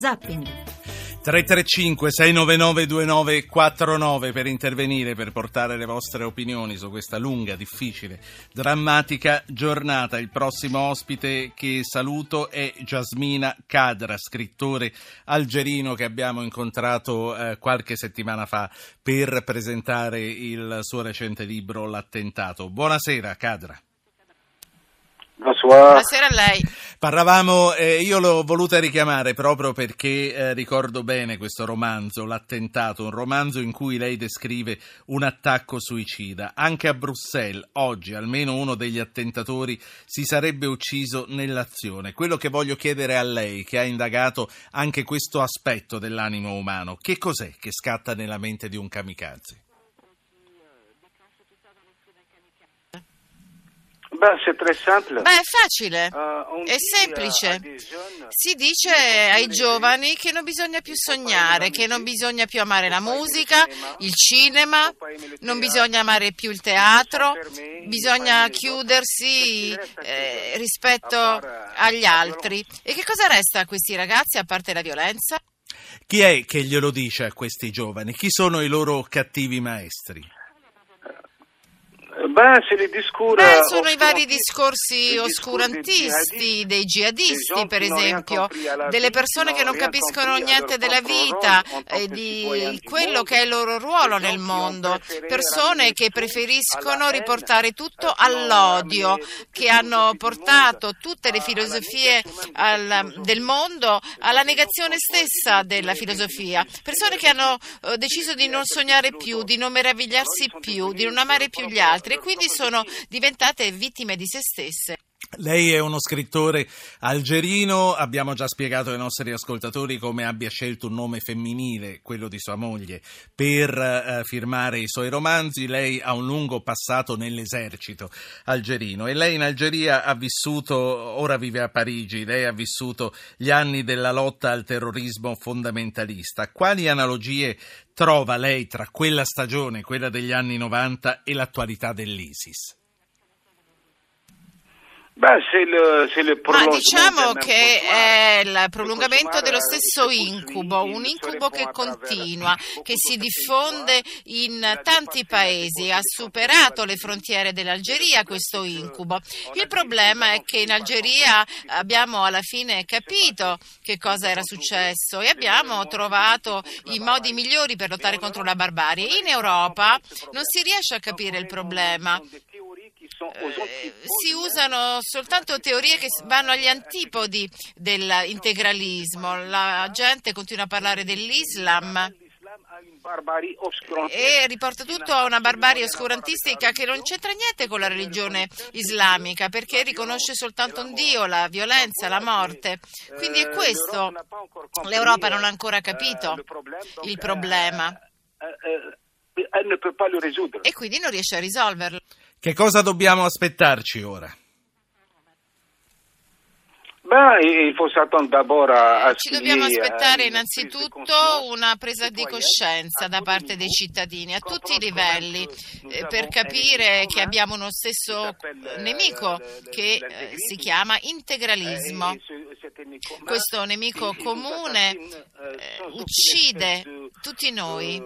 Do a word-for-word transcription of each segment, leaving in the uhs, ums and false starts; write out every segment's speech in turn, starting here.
Zapping. tre tre cinque sei nove nove due nove quattro nove per intervenire, per portare le vostre opinioni su questa lunga, difficile, drammatica giornata. Il prossimo ospite che saluto è Jasmina Khadra, scrittore algerino che abbiamo incontrato eh, qualche settimana fa per presentare il suo recente libro L'attentato. Buonasera Khadra. Buonasera a lei. Parlavamo, eh, io l'ho voluta richiamare proprio perché eh, ricordo bene questo romanzo, L'attentato, un romanzo in cui lei descrive un attacco suicida. Anche a Bruxelles oggi almeno uno degli attentatori si sarebbe ucciso nell'azione. Quello che voglio chiedere a lei, che ha indagato anche questo aspetto dell'animo umano, che cos'è che scatta nella mente di un kamikaze? Beh, è facile, è semplice. Si dice ai giovani che non bisogna più sognare, che non bisogna più amare la musica, il cinema, non bisogna amare più il teatro, bisogna chiudersi eh, rispetto agli altri. E che cosa resta a questi ragazzi a parte la violenza? Chi è che glielo dice a questi giovani? Chi sono i loro cattivi maestri? Beh, se li discura, Beh, sono i vari discorsi oscurantisti dei jihadisti, per esempio, delle persone che non capiscono niente della vita e di quello che è il loro ruolo nel mondo, persone che preferiscono riportare tutto all'odio, che hanno portato tutte le filosofie al, del mondo alla negazione stessa della filosofia, persone che hanno eh, deciso di non sognare più, di non meravigliarsi più, di non amare più gli altri, e quindi sono diventate vittime di se stesse. Lei è uno scrittore algerino, abbiamo già spiegato ai nostri ascoltatori come abbia scelto un nome femminile, quello di sua moglie, per eh, firmare i suoi romanzi. Lei ha un lungo passato nell'esercito algerino e lei in Algeria ha vissuto, ora vive a Parigi, lei ha vissuto gli anni della lotta al terrorismo fondamentalista. Quali analogie trova lei tra quella stagione, quella degli anni novanta, e l'attualità dell'ISIS? Beh, se le, se le Ma diciamo che è il prolungamento dello stesso incubo, un incubo che continua, che si diffonde in tanti paesi, ha superato le frontiere dell'Algeria questo incubo. Il problema è che in Algeria abbiamo alla fine capito che cosa era successo e abbiamo trovato i modi migliori per lottare contro la barbarie. In Europa non si riesce a capire il problema. Eh, si usano soltanto teorie che vanno agli antipodi dell'integralismo. La gente continua a parlare dell'Islam e riporta tutto a una barbarie oscurantistica che non c'entra niente con la religione islamica, perché riconosce soltanto un Dio, la violenza, la morte. Quindi è questo. L'Europa non ha ancora capito il problema e quindi non riesce a risolverlo. Che cosa dobbiamo aspettarci ora? Beh, Ci dobbiamo aspettare innanzitutto una presa di coscienza da parte dei cittadini a tutti i livelli eh, per capire che abbiamo uno stesso nemico che eh, si chiama integralismo. Questo nemico comune eh, uccide tutti noi.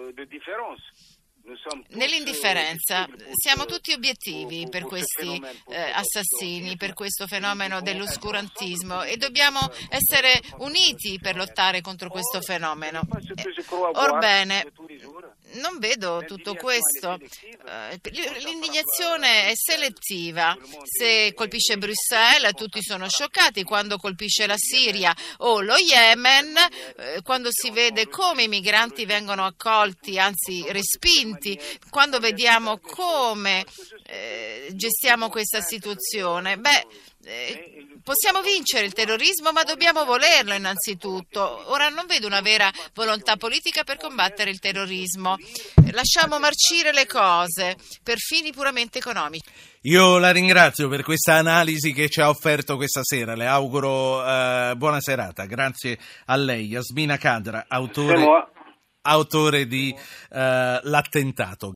Nell'indifferenza siamo tutti obiettivi per questi eh, assassini, per questo fenomeno dell'oscurantismo, e dobbiamo essere uniti per lottare contro questo fenomeno. Eh, orbene, non vedo tutto questo. Eh, l'indignazione è selettiva. Se colpisce Bruxelles tutti sono scioccati, quando colpisce la Siria o lo Yemen, eh, quando si vede come i migranti vengono accolti, anzi respinti, quando vediamo come eh, gestiamo questa situazione, beh, eh, possiamo vincere il terrorismo, ma dobbiamo volerlo innanzitutto. Ora non vedo una vera volontà politica per combattere il terrorismo. Lasciamo marcire le cose per fini puramente economici. Io la ringrazio per questa analisi che ci ha offerto questa sera. Le auguro eh, buona serata. Grazie a lei, Jasmina Khadra, autore, autore di eh, L'attentato.